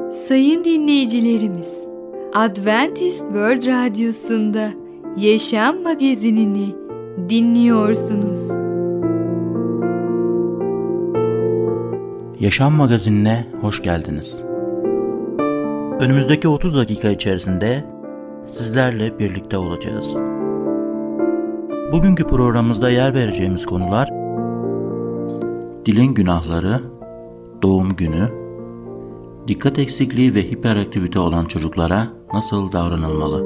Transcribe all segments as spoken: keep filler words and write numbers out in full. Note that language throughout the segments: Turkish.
Sayın dinleyicilerimiz, Adventist World Radyosu'nda Yaşam Magazinini dinliyorsunuz. Yaşam Magazinine hoş geldiniz. Önümüzdeki otuz dakika içerisinde sizlerle birlikte olacağız. Bugünkü programımızda yer vereceğimiz konular: dilin günahları, doğum günü, dikkat eksikliği ve hiperaktivite olan çocuklara nasıl davranılmalı?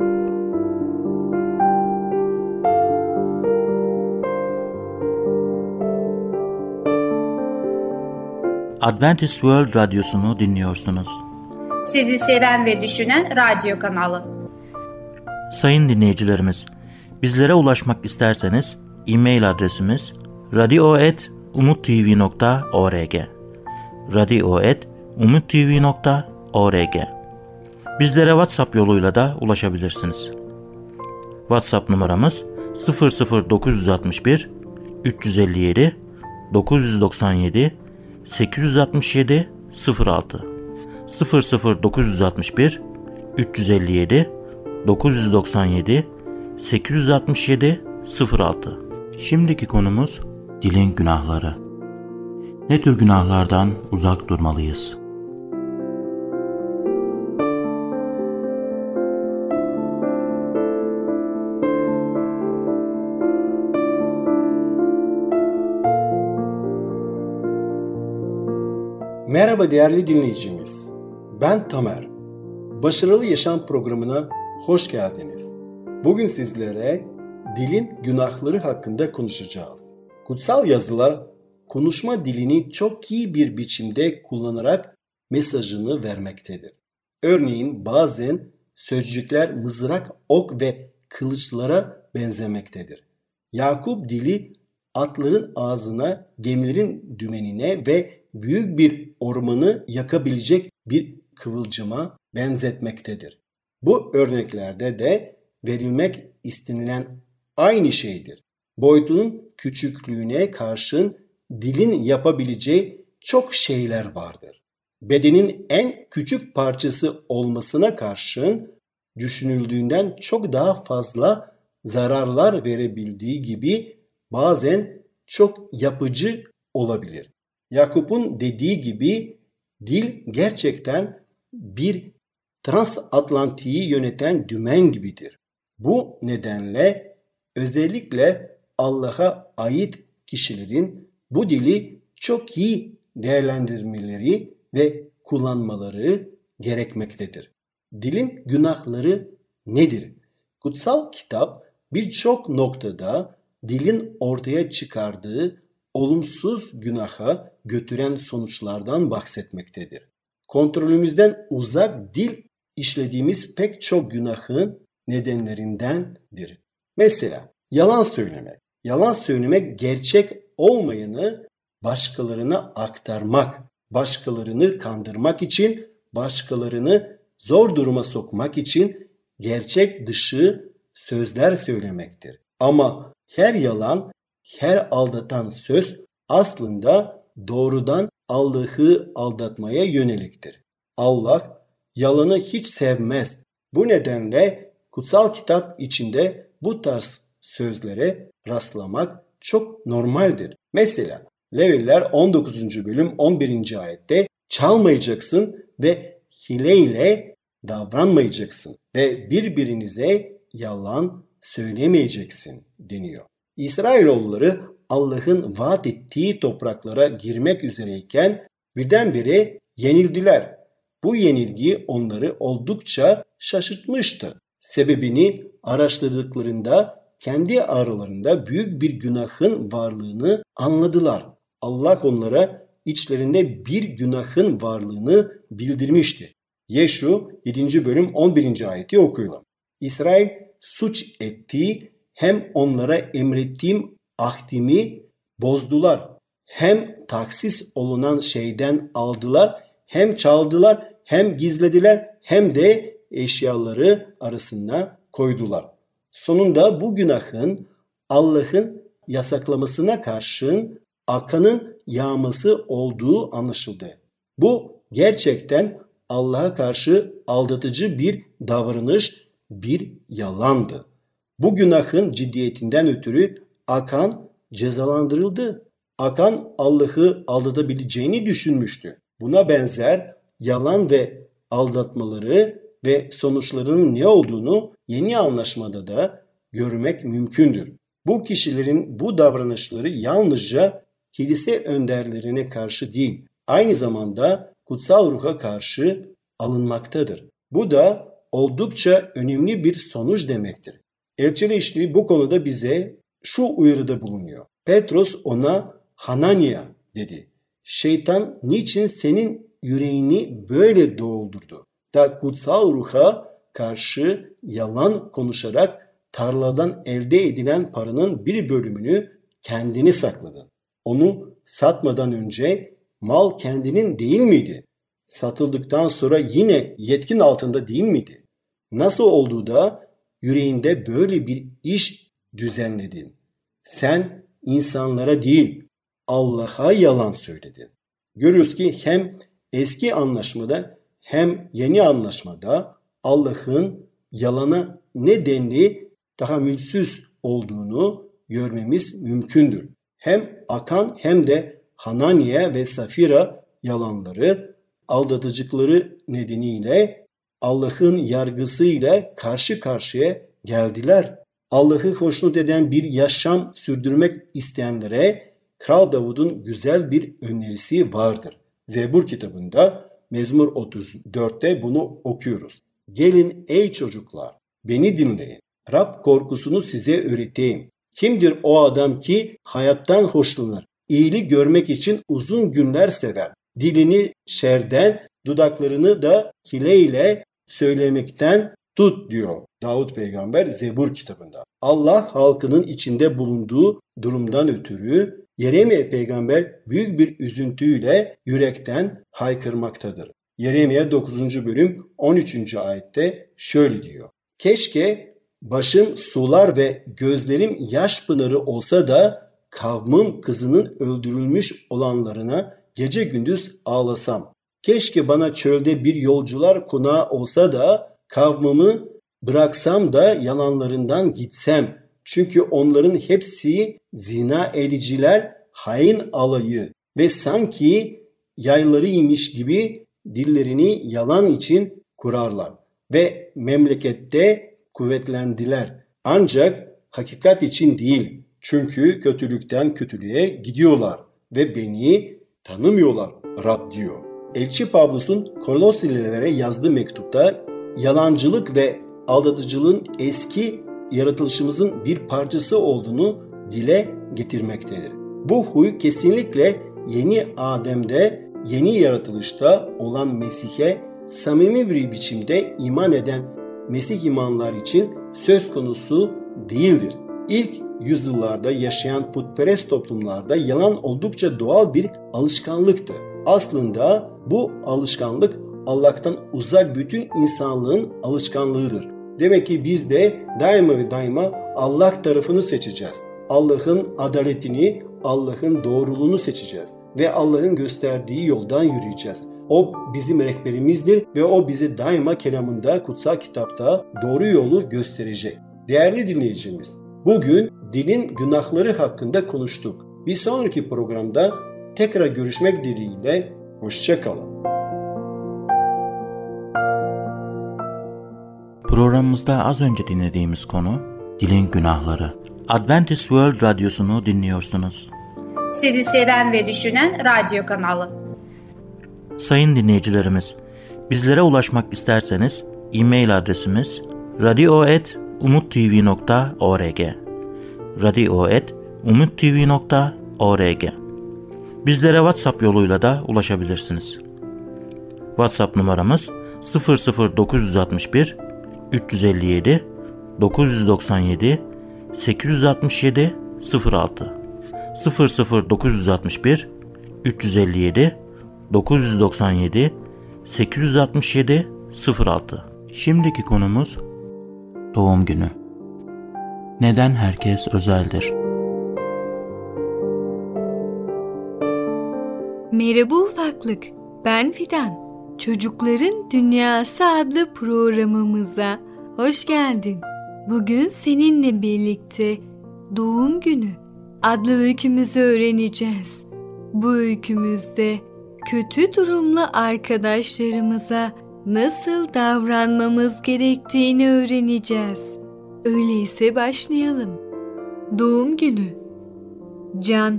Adventist World Radyosu'nu dinliyorsunuz. Sizi seven ve düşünen radyo kanalı. Sayın dinleyicilerimiz, bizlere ulaşmak isterseniz e-mail adresimiz radio et umuttv nokta org radio et umuttv nokta org. Bizlere WhatsApp yoluyla da ulaşabilirsiniz. WhatsApp numaramız sıfır sıfır dokuz altı bir üç yüz elli yedi dokuz doksan yedi sekiz yüz altmış yedi sıfır altı sıfır sıfır dokuz altı bir üç yüz elli yedi dokuz doksan yedi sekiz yüz altmış yedi sıfır altı. Şimdiki konumuz dilin günahları. Ne tür günahlardan uzak durmalıyız? Merhaba değerli dinleyicimiz. Ben Tamer. Başarılı Yaşam programına hoş geldiniz. Bugün sizlere dilin günahları hakkında konuşacağız. Kutsal yazılar konuşma dilini çok iyi bir biçimde kullanarak mesajını vermektedir. Örneğin bazen sözcükler mızrak, ok ve kılıçlara benzemektedir. Yakup dili atların ağzına, gemilerin dümenine ve büyük bir ormanı yakabilecek bir kıvılcıma benzetmektedir. Bu örneklerde de verilmek istenilen aynı şeydir. Boyutunun küçüklüğüne karşın dilin yapabileceği çok şeyler vardır. Bedenin en küçük parçası olmasına karşın düşünüldüğünden çok daha fazla zararlar verebildiği gibi bazen çok yapıcı olabilir. Yakup'un dediği gibi dil gerçekten bir transatlantiği yöneten dümen gibidir. Bu nedenle özellikle Allah'a ait kişilerin bu dili çok iyi değerlendirmeleri ve kullanmaları gerekmektedir. Dilin günahları nedir? Kutsal kitap birçok noktada dilin ortaya çıkardığı olumsuz günaha götüren sonuçlardan bahsetmektedir. Kontrolümüzden uzak dil işlediğimiz pek çok günahın nedenlerindendir. Mesela yalan söylemek. Yalan söylemek gerçek olmayanı başkalarına aktarmak, başkalarını kandırmak için, başkalarını zor duruma sokmak için gerçek dışı sözler söylemektir. Ama her yalan, her aldatan söz aslında doğrudan Allah'ı aldatmaya yöneliktir. Allah yalanı hiç sevmez. Bu nedenle kutsal kitap içinde bu tarz sözlere rastlamak çok normaldir. Mesela Leviller on dokuzuncu bölüm on birinci ayette çalmayacaksın ve hileyle davranmayacaksın ve birbirinize yalan söylemeyeceksin deniyor. İsrailoğulları Allah'ın vaat ettiği topraklara girmek üzereyken birdenbire yenildiler. Bu yenilgi onları oldukça şaşırtmıştı. Sebebini araştırdıklarında kendi aralarında büyük bir günahın varlığını anladılar. Allah onlara içlerinde bir günahın varlığını bildirmişti. Yeşu yedinci bölüm on birinci ayeti okuyalım. İsrail suç etti, hem onlara emrettiğim ahdimi bozdular, hem taksis olunan şeyden aldılar, hem çaldılar, hem gizlediler, hem de eşyaları arasına koydular. Sonunda bu günahın Allah'ın yasaklamasına karşın akanın yağması olduğu anlaşıldı. Bu gerçekten Allah'a karşı aldatıcı bir davranış, bir yalandı. Bu günahın ciddiyetinden ötürü Akan cezalandırıldı. Akan Allah'ı aldatabileceğini düşünmüştü. Buna benzer yalan ve aldatmaları ve sonuçlarının ne olduğunu yeni anlaşmada da görmek mümkündür. Bu kişilerin bu davranışları yalnızca kilise önderlerine karşı değil, aynı zamanda kutsal ruha karşı alınmaktadır. Bu da oldukça önemli bir sonuç demektir. Elçiler İşleri bu konuda bize şu uyarıda bulunuyor. Petros ona Hananya dedi. Şeytan niçin senin yüreğini böyle doldurdu? Da kutsal ruha karşı yalan konuşarak tarladan elde edilen paranın bir bölümünü kendini sakladın. Onu satmadan önce mal kendinin değil miydi? Satıldıktan sonra yine yetkin altında değil miydi? Nasıl oldu da yüreğinde böyle bir iş düzenledin? Sen insanlara değil, Allah'a yalan söyledin. Görüyoruz ki hem eski anlaşmada hem yeni anlaşmada Allah'ın yalana ne denli tahammülsüz olduğunu görmemiz mümkündür. Hem Akan hem de Hananiya ve Safira yalanları, aldatıcılıkları nedeniyle Allah'ın yargısıyla karşı karşıya geldiler. Allah'ı hoşnut eden bir yaşam sürdürmek isteyenlere Kral Davud'un güzel bir önerisi vardır. Zebur kitabında Mezmur otuz dörtte bunu okuyoruz. Gelin ey çocuklar, beni dinleyin. Rab korkusunu size öğreteyim. Kimdir o adam ki hayattan hoşlanır, iyiliği görmek için uzun günler sever, dilini şerden, dudaklarını da hileyle söylemekten tut diyor Davud peygamber Zebur kitabında. Allah halkının içinde bulunduğu durumdan ötürü Yeremye peygamber büyük bir üzüntüyle yürekten haykırmaktadır. Yeremye dokuzuncu bölüm on üçüncü ayette şöyle diyor. Keşke başım sular ve gözlerim yaş pınarı olsa da kavmim kızının öldürülmüş olanlarına gece gündüz ağlasam. Keşke bana çölde bir yolcular konağı olsa da kavmimi bıraksam da yalanlarından gitsem. Çünkü onların hepsi zina ediciler, hain alayı ve sanki yaylarıymış gibi dillerini yalan için kurarlar. Ve memlekette kuvvetlendiler. Ancak hakikat için değil. Çünkü kötülükten kötülüğe gidiyorlar ve beni tanımıyorlar Rab diyor. Elçi Pavlus'un Kolosililere yazdığı mektupta yalancılık ve aldatıcılığın eski yaratılışımızın bir parçası olduğunu dile getirmektedir. Bu huy kesinlikle yeni Adem'de, yeni yaratılışta olan Mesih'e samimi bir biçimde iman eden Mesih imanlar için söz konusu değildir. İlk yüzyıllarda yaşayan putperest toplumlarda yalan oldukça doğal bir alışkanlıktı. Aslında bu alışkanlık Allah'tan uzak bütün insanlığın alışkanlığıdır. Demek ki biz de daima ve daima Allah tarafını seçeceğiz. Allah'ın adaletini, Allah'ın doğruluğunu seçeceğiz ve Allah'ın gösterdiği yoldan yürüyeceğiz. O bizim rehberimizdir ve o bize daima kelamında, kutsal kitapta doğru yolu gösterecek. Değerli dinleyicimiz, bugün dilin günahları hakkında konuştuk. Bir sonraki programda tekrar görüşmek dileğiyle, hoşça kalın. Programımızda az önce dinlediğimiz konu dilin günahları. Adventist World Radyosu'nu dinliyorsunuz. Sizi seven ve düşünen radyo kanalı. Sayın dinleyicilerimiz, bizlere ulaşmak isterseniz e-mail adresimiz radio et umuttv nokta org radio et umuttv nokta org. Bizlere WhatsApp yoluyla da ulaşabilirsiniz. WhatsApp numaramız sıfır sıfır dokuz altı bir üç yüz elli yedi dokuz yüz doksan yedi sekiz yüz altmış yedi sıfır altı sıfır sıfır dokuz altı bir üç yüz elli yedi dokuz yüz doksan yedi sekiz yüz altmış yedi sıfır altı. Şimdiki konumuz doğum günü. Neden herkes özeldir? Merhaba ufaklık, ben Fidan. Çocukların Dünyası adlı programımıza hoş geldin. Bugün seninle birlikte Doğum Günü adlı öykümüzü öğreneceğiz. Bu öykümüzde kötü durumlu arkadaşlarımıza nasıl davranmamız gerektiğini öğreneceğiz. Öyleyse başlayalım. Doğum Günü. Can,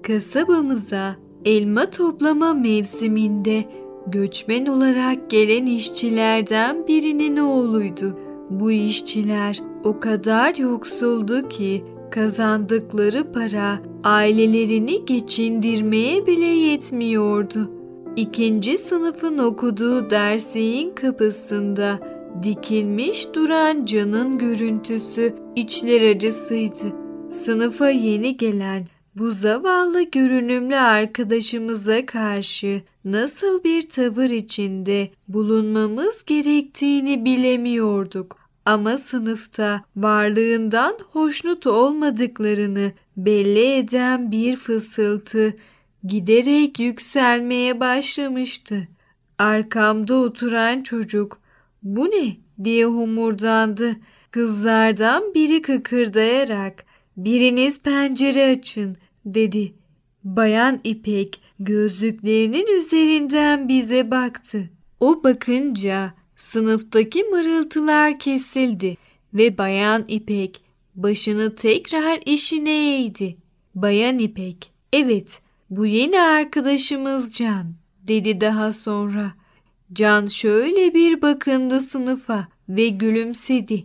kasabamıza elma toplama mevsiminde göçmen olarak gelen işçilerden birinin oğluydu. Bu işçiler o kadar yoksuldu ki kazandıkları para ailelerini geçindirmeye bile yetmiyordu. İkinci sınıfın okuduğu derseğin kapısında dikilmiş duran Can'ın görüntüsü içler acısıydı. Sınıfa yeni gelen bu zavallı görünümlü arkadaşımıza karşı nasıl bir tavır içinde bulunmamız gerektiğini bilemiyorduk. Ama sınıfta varlığından hoşnut olmadıklarını belli eden bir fısıltı giderek yükselmeye başlamıştı. Arkamda oturan çocuk "Bu ne?" diye homurdandı. Kızlardan biri kıkırdayarak "Biriniz pencere açın," dedi. Bayan İpek gözlüklerinin üzerinden bize baktı. O bakınca sınıftaki mırıltılar kesildi ve Bayan İpek başını tekrar işine eğdi. Bayan İpek, "Evet, bu yeni arkadaşımız Can," dedi daha sonra. Can şöyle bir bakındı sınıfa ve gülümsedi.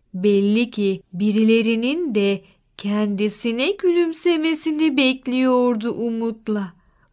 Belli ki birilerinin de kendisine gülümsemesini bekliyordu umutla.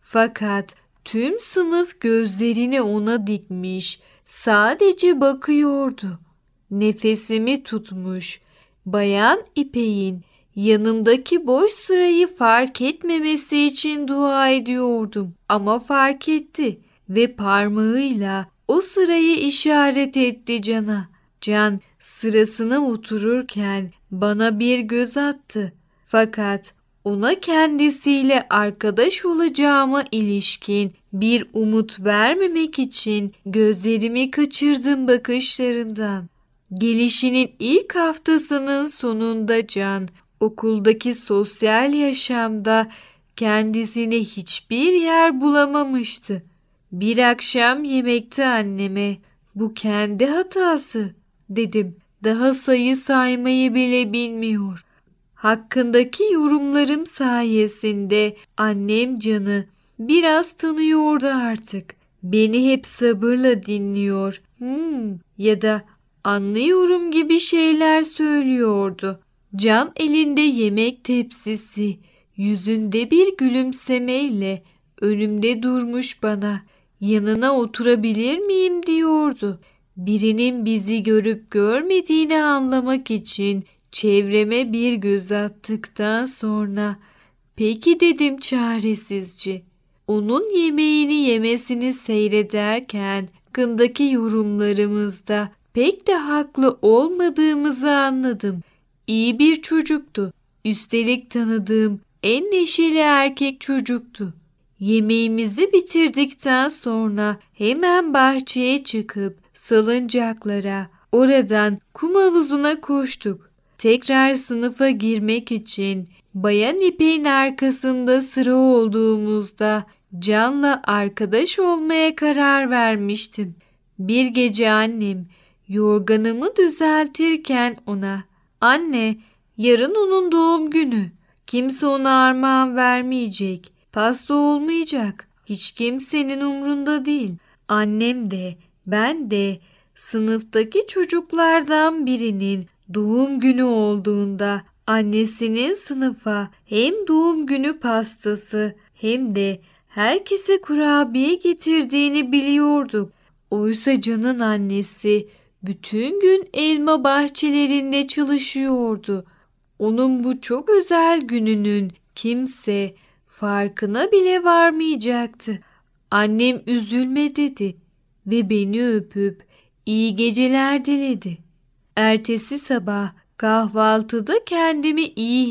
Fakat tüm sınıf gözlerini ona dikmiş, sadece bakıyordu. Nefesimi tutmuş, Bayan İpek'in yanımdaki boş sırayı fark etmemesi için dua ediyordum. Ama fark etti ve parmağıyla o sırayı işaret etti Can'a. Can sırasına otururken bana bir göz attı. Fakat ona kendisiyle arkadaş olacağıma ilişkin bir umut vermemek için gözlerimi kaçırdım bakışlarından. Gelişinin ilk haftasının sonunda Can, okuldaki sosyal yaşamda kendisine hiçbir yer bulamamıştı. Bir akşam yemekte anneme "Bu kendi hatası," dedim. Daha sayı saymayı bile bilmiyor. Hakkındaki yorumlarım sayesinde annem Can'ı biraz tanıyordu artık. Beni hep sabırla dinliyor, hmm ya da anlıyorum gibi şeyler söylüyordu. Can elinde yemek tepsisi, yüzünde bir gülümsemeyle önümde durmuş bana "Yanına oturabilir miyim?" diyordu. Birinin bizi görüp görmediğini anlamak için çevreme bir göz attıktan sonra "Peki," dedim çaresizce. Onun yemeğini yemesini seyrederken hakkındaki yorumlarımızda pek de haklı olmadığımızı anladım. İyi bir çocuktu. Üstelik tanıdığım en neşeli erkek çocuktu. Yemeğimizi bitirdikten sonra hemen bahçeye çıkıp salıncaklara, oradan kum havuzuna koştuk. Tekrar sınıfa girmek için Bayan İpek'in arkasında sıra olduğumuzda Can'la arkadaş olmaya karar vermiştim. Bir gece annem yorganımı düzeltirken ona "Anne, yarın onun doğum günü. Kimse ona armağan vermeyecek. Pasta olmayacak. Hiç kimsenin umrunda değil." Annem de ben de sınıftaki çocuklardan birinin doğum günü olduğunda annesinin sınıfa hem doğum günü pastası hem de herkese kurabiye getirdiğini biliyorduk. Oysa Can'ın annesi bütün gün elma bahçelerinde çalışıyordu. Onun bu çok özel gününün kimse farkına bile varmayacaktı. Annem "Üzülme," dedi ve beni öpüp iyi geceler diledi. Ertesi sabah kahvaltıda kendimi iyi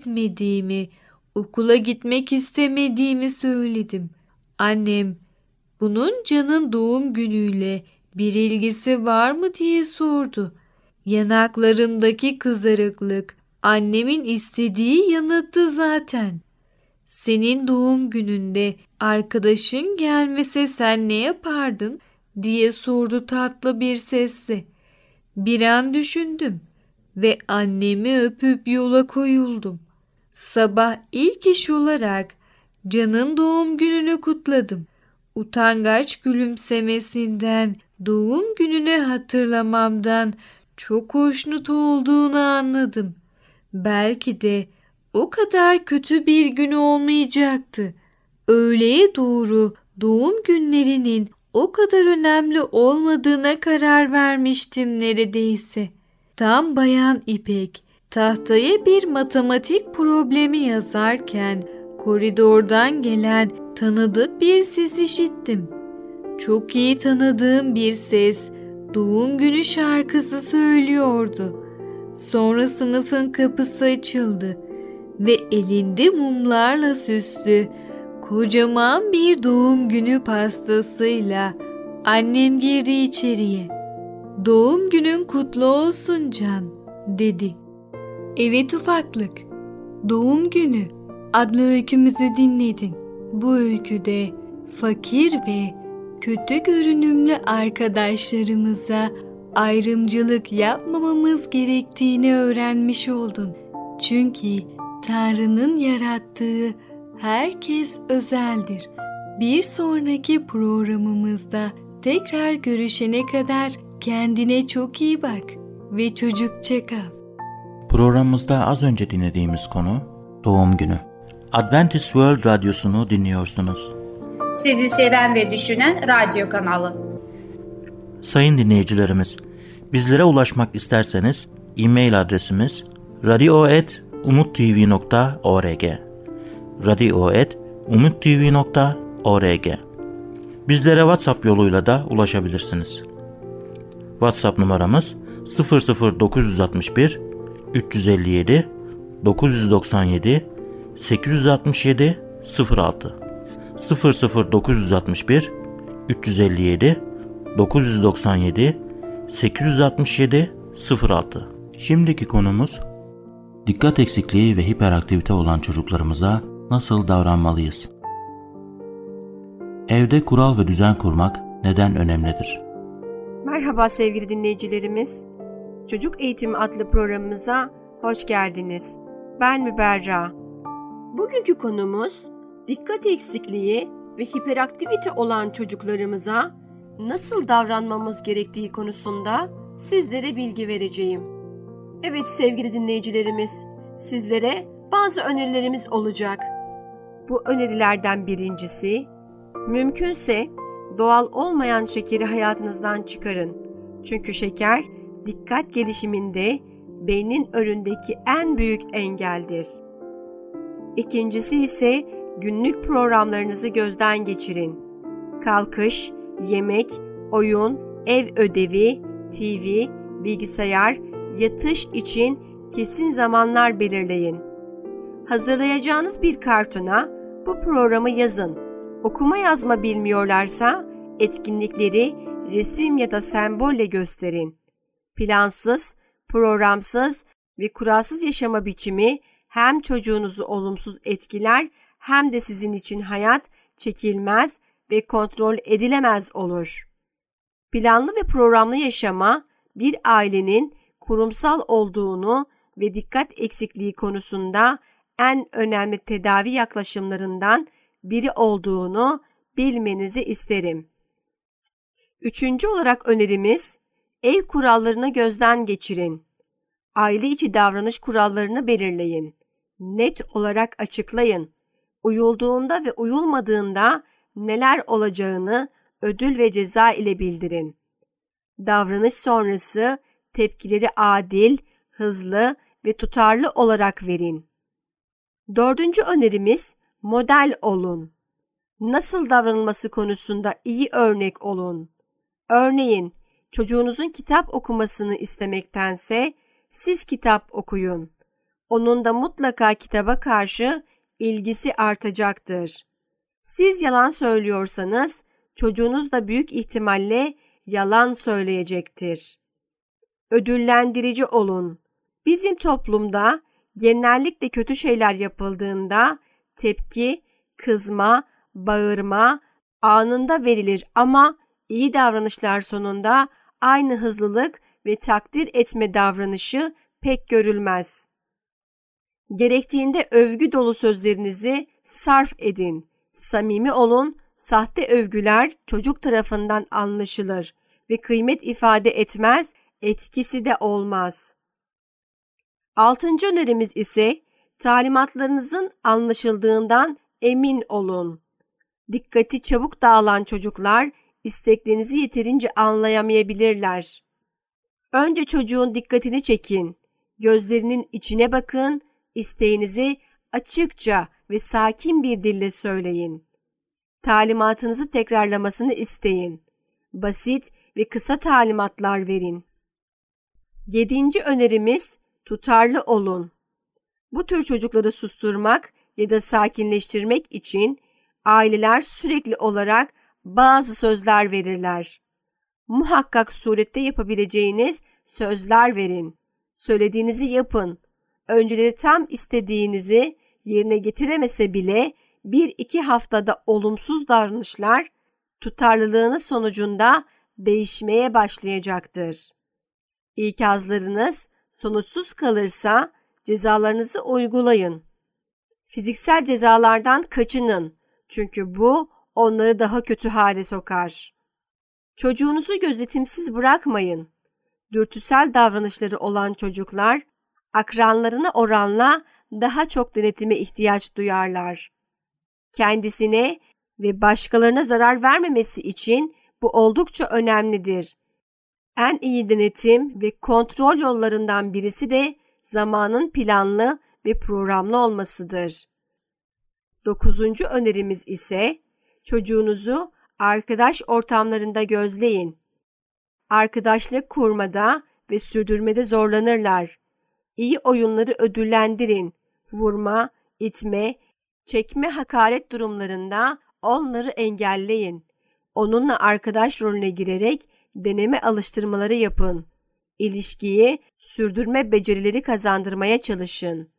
hissetmediğimi, okula gitmek istemediğimi söyledim. Annem Bunun Can'ın doğum günüyle bir ilgisi var mı diye sordu. Yanaklarımdaki kızarıklık annemin istediği yanıttı zaten. Senin doğum gününde arkadaşın gelmese sen ne yapardın diye sordu tatlı bir sesle. Bir an düşündüm ve annemi öpüp yola koyuldum. Sabah ilk iş olarak Can'ın doğum gününü kutladım. Utangaç gülümsemesinden, doğum gününü hatırlamamdan çok hoşnut olduğunu anladım. Belki de o kadar kötü bir gün olmayacaktı. Öğleye doğru doğum günlerinin o kadar önemli olmadığına karar vermiştim neredeyse. Tam Bayan İpek tahtaya bir matematik problemi yazarken koridordan gelen tanıdık bir ses işittim. Çok iyi tanıdığım bir ses doğum günü şarkısı söylüyordu. Sonra sınıfın kapısı açıldı ve elinde mumlarla süslü kocaman bir doğum günü pastasıyla annem girdi içeriye. "Doğum günün kutlu olsun Can," dedi. Evet ufaklık, Doğum Günü adlı öykümüzü dinledin. Bu öyküde fakir ve kötü görünümlü arkadaşlarımıza ayrımcılık yapmamamız gerektiğini öğrenmiş oldun. Çünkü Tanrı'nın yarattığı herkes özeldir. Bir sonraki programımızda tekrar görüşene kadar kendine çok iyi bak ve çocukça kal. Programımızda az önce dinlediğimiz konu doğum günü. Adventist World Radyosu'nu dinliyorsunuz. Sizi seven ve düşünen radyo kanalı. Sayın dinleyicilerimiz, bizlere ulaşmak isterseniz e-mail adresimiz radio at umuttv nokta org radio at umuttv nokta org. Bizlere WhatsApp yoluyla da ulaşabilirsiniz. WhatsApp numaramız sıfır sıfır dokuz altı bir üç yüz elli yedi dokuz yüz doksan yedi sekiz yüz altmış yedi sıfır altı sıfır sıfır dokuz altı bir üç yüz elli yedi dokuz yüz doksan yedi sekiz yüz altmış yedi sıfır altı. Şimdiki konumuz dikkat eksikliği ve hiperaktivite olan çocuklarımıza nasıl davranmalıyız? Evde kural ve düzen kurmak neden önemlidir? Merhaba sevgili dinleyicilerimiz. Çocuk Eğitimi adlı programımıza hoş geldiniz. Ben Müberra. Bugünkü konumuz dikkat eksikliği ve hiperaktivite olan çocuklarımıza nasıl davranmamız gerektiği konusunda sizlere bilgi vereceğim. Evet sevgili dinleyicilerimiz, sizlere bazı önerilerimiz olacak. Bu önerilerden birincisi, mümkünse doğal olmayan şekeri hayatınızdan çıkarın. Çünkü şeker dikkat gelişiminde beynin önündeki en büyük engeldir. İkincisi ise günlük programlarınızı gözden geçirin. Kalkış, yemek, oyun, ev ödevi, T V, bilgisayar, yatış için kesin zamanlar belirleyin. Hazırlayacağınız bir kartona bu programı yazın. Okuma yazma bilmiyorlarsa etkinlikleri resim ya da sembolle gösterin. Plansız, programsız ve kuralsız yaşama biçimi hem çocuğunuzu olumsuz etkiler hem de sizin için hayat çekilmez ve kontrol edilemez olur. Planlı ve programlı yaşama bir ailenin kurumsal olduğunu ve dikkat eksikliği konusunda en önemli tedavi yaklaşımlarından biri olduğunu bilmenizi isterim. Üçüncü olarak önerimiz, ev kurallarını gözden geçirin. Aile içi davranış kurallarını belirleyin. Net olarak açıklayın. Uyulduğunda ve uyulmadığında neler olacağını ödül ve ceza ile bildirin. Davranış sonrası tepkileri adil, hızlı ve tutarlı olarak verin. Dördüncü önerimiz, model olun. Nasıl davranılması konusunda iyi örnek olun. Örneğin, çocuğunuzun kitap okumasını istemektense siz kitap okuyun. Onun da mutlaka kitaba karşı ilgisi artacaktır. Siz yalan söylüyorsanız çocuğunuz da büyük ihtimalle yalan söyleyecektir. Ödüllendirici olun. Bizim toplumda genellikle kötü şeyler yapıldığında tepki, kızma, bağırma anında verilir ama iyi davranışlar sonunda aynı hızlılık ve takdir etme davranışı pek görülmez. Gerektiğinde övgü dolu sözlerinizi sarf edin. Samimi olun, sahte övgüler çocuk tarafından anlaşılır ve kıymet ifade etmez, etkisi de olmaz. Altıncı önerimiz ise talimatlarınızın anlaşıldığından emin olun. Dikkati çabuk dağılan çocuklar isteklerinizi yeterince anlayamayabilirler. Önce çocuğun dikkatini çekin, gözlerinin içine bakın, isteğinizi açıkça ve sakin bir dille söyleyin. Talimatınızı tekrarlamasını isteyin. Basit ve kısa talimatlar verin. Yedinci önerimiz tutarlı olun. Bu tür çocukları susturmak ya da sakinleştirmek için aileler sürekli olarak bazı sözler verirler. Muhakkak surette yapabileceğiniz sözler verin. Söylediğinizi yapın. Önceleri tam istediğinizi yerine getiremese bile bir iki haftada olumsuz davranışlar tutarlılığınız sonucunda değişmeye başlayacaktır. İkazlarınız sonuçsuz kalırsa cezalarınızı uygulayın. Fiziksel cezalardan kaçının çünkü bu onları daha kötü hale sokar. Çocuğunuzu gözetimsiz bırakmayın. Dürtüsel davranışları olan çocuklar akranlarına oranla daha çok denetime ihtiyaç duyarlar. Kendisine ve başkalarına zarar vermemesi için bu oldukça önemlidir. En iyi denetim ve kontrol yollarından birisi de zamanın planlı ve programlı olmasıdır. Dokuzuncu önerimiz ise çocuğunuzu arkadaş ortamlarında gözleyin. Arkadaşlık kurmada ve sürdürmede zorlanırlar. İyi oyunları ödüllendirin. Vurma, itme, çekme, hakaret durumlarında onları engelleyin. Onunla arkadaş rolüne girerek deneme alıştırmaları yapın. İlişkiyi sürdürme becerileri kazandırmaya çalışın.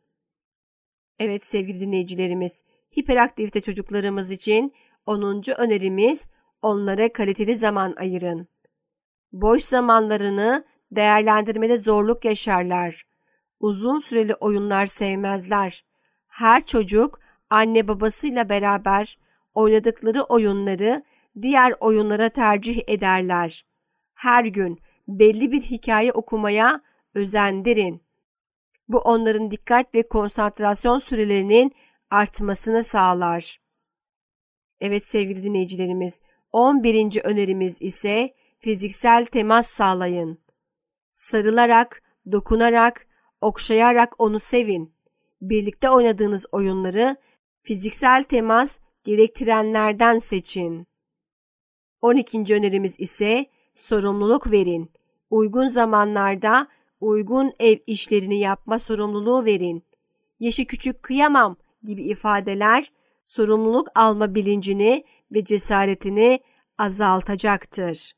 Evet sevgili dinleyicilerimiz, hiperaktivite çocuklarımız için onuncu önerimiz onlara kaliteli zaman ayırın. Boş zamanlarını değerlendirmede zorluk yaşarlar. Uzun süreli oyunlar sevmezler. Her çocuk anne babasıyla beraber oynadıkları oyunları diğer oyunlara tercih ederler. Her gün belli bir hikaye okumaya özendirin. Bu onların dikkat ve konsantrasyon sürelerinin artmasını sağlar. Evet sevgili dinleyicilerimiz, on birinci önerimiz ise fiziksel temas sağlayın. Sarılarak, dokunarak, okşayarak onu sevin. Birlikte oynadığınız oyunları fiziksel temas gerektirenlerden seçin. on ikinci önerimiz ise sorumluluk verin. Uygun zamanlarda uygun ev işlerini yapma sorumluluğu verin. Yaşı küçük kıyamam gibi ifadeler sorumluluk alma bilincini ve cesaretini azaltacaktır.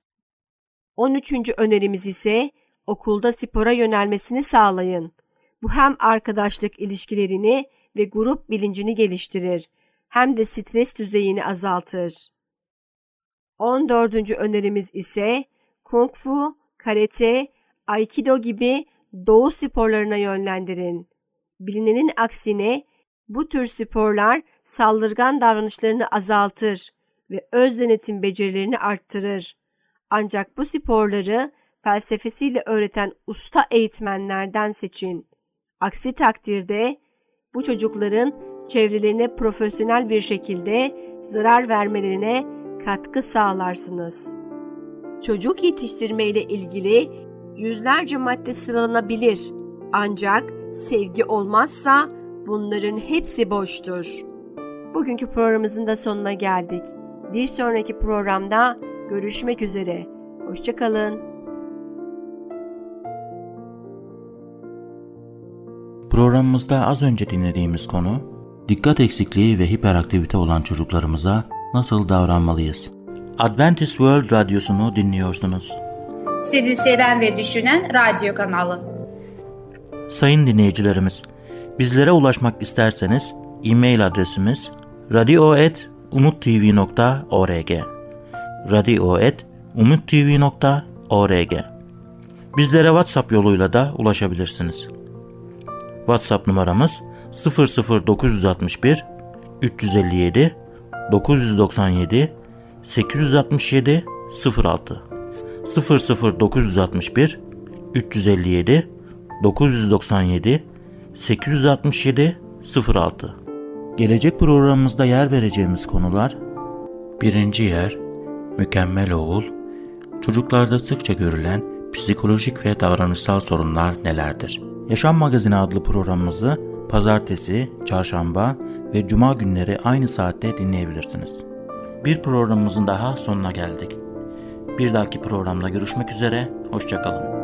on üçüncü önerimiz ise okulda spora yönelmesini sağlayın. Bu hem arkadaşlık ilişkilerini ve grup bilincini geliştirir, hem de stres düzeyini azaltır. on dördüncü önerimiz ise Kung Fu, Karate, Aikido gibi doğu sporlarına yönlendirin. Bilinenin aksine bu tür sporlar saldırgan davranışlarını azaltır ve öz denetim becerilerini arttırır. Ancak bu sporları felsefesiyle öğreten usta eğitmenlerden seçin. Aksi takdirde bu çocukların çevrelerine profesyonel bir şekilde zarar vermelerine katkı sağlarsınız. Çocuk yetiştirme ile ilgili yüzlerce madde sıralanabilir. Ancak sevgi olmazsa bunların hepsi boştur. Bugünkü programımızın da sonuna geldik. Bir sonraki programda görüşmek üzere. Hoşça kalın. Programımızda az önce dinlediğimiz konu, dikkat eksikliği ve hiperaktivite olan çocuklarımıza nasıl davranmalıyız? Adventist World Radyosu'nu dinliyorsunuz. Sizi seven ve düşünen radyo kanalı. Sayın dinleyicilerimiz, bizlere ulaşmak isterseniz e-mail adresimiz radio et umuttv nokta org radio et umuttv nokta org. Bizlere WhatsApp yoluyla da ulaşabilirsiniz. WhatsApp numaramız sıfır sıfır dokuz altı bir üç yüz elli yedi dokuz yüz doksan yedi sekiz yüz altmış yedi sıfır altı sıfır sıfır dokuz altı bir üç yüz elli yedi dokuz yüz doksan yedi sekiz yüz altmış yedi sıfır altı. Gelecek programımızda yer vereceğimiz konular: Birinci yer, mükemmel oğul. Çocuklarda sıkça görülen psikolojik ve davranışsal sorunlar nelerdir? Yaşam Magazini adlı programımızı pazartesi, çarşamba ve cuma günleri aynı saatte dinleyebilirsiniz. Bir programımızın daha sonuna geldik. Bir dahaki programda görüşmek üzere, hoşça kalın.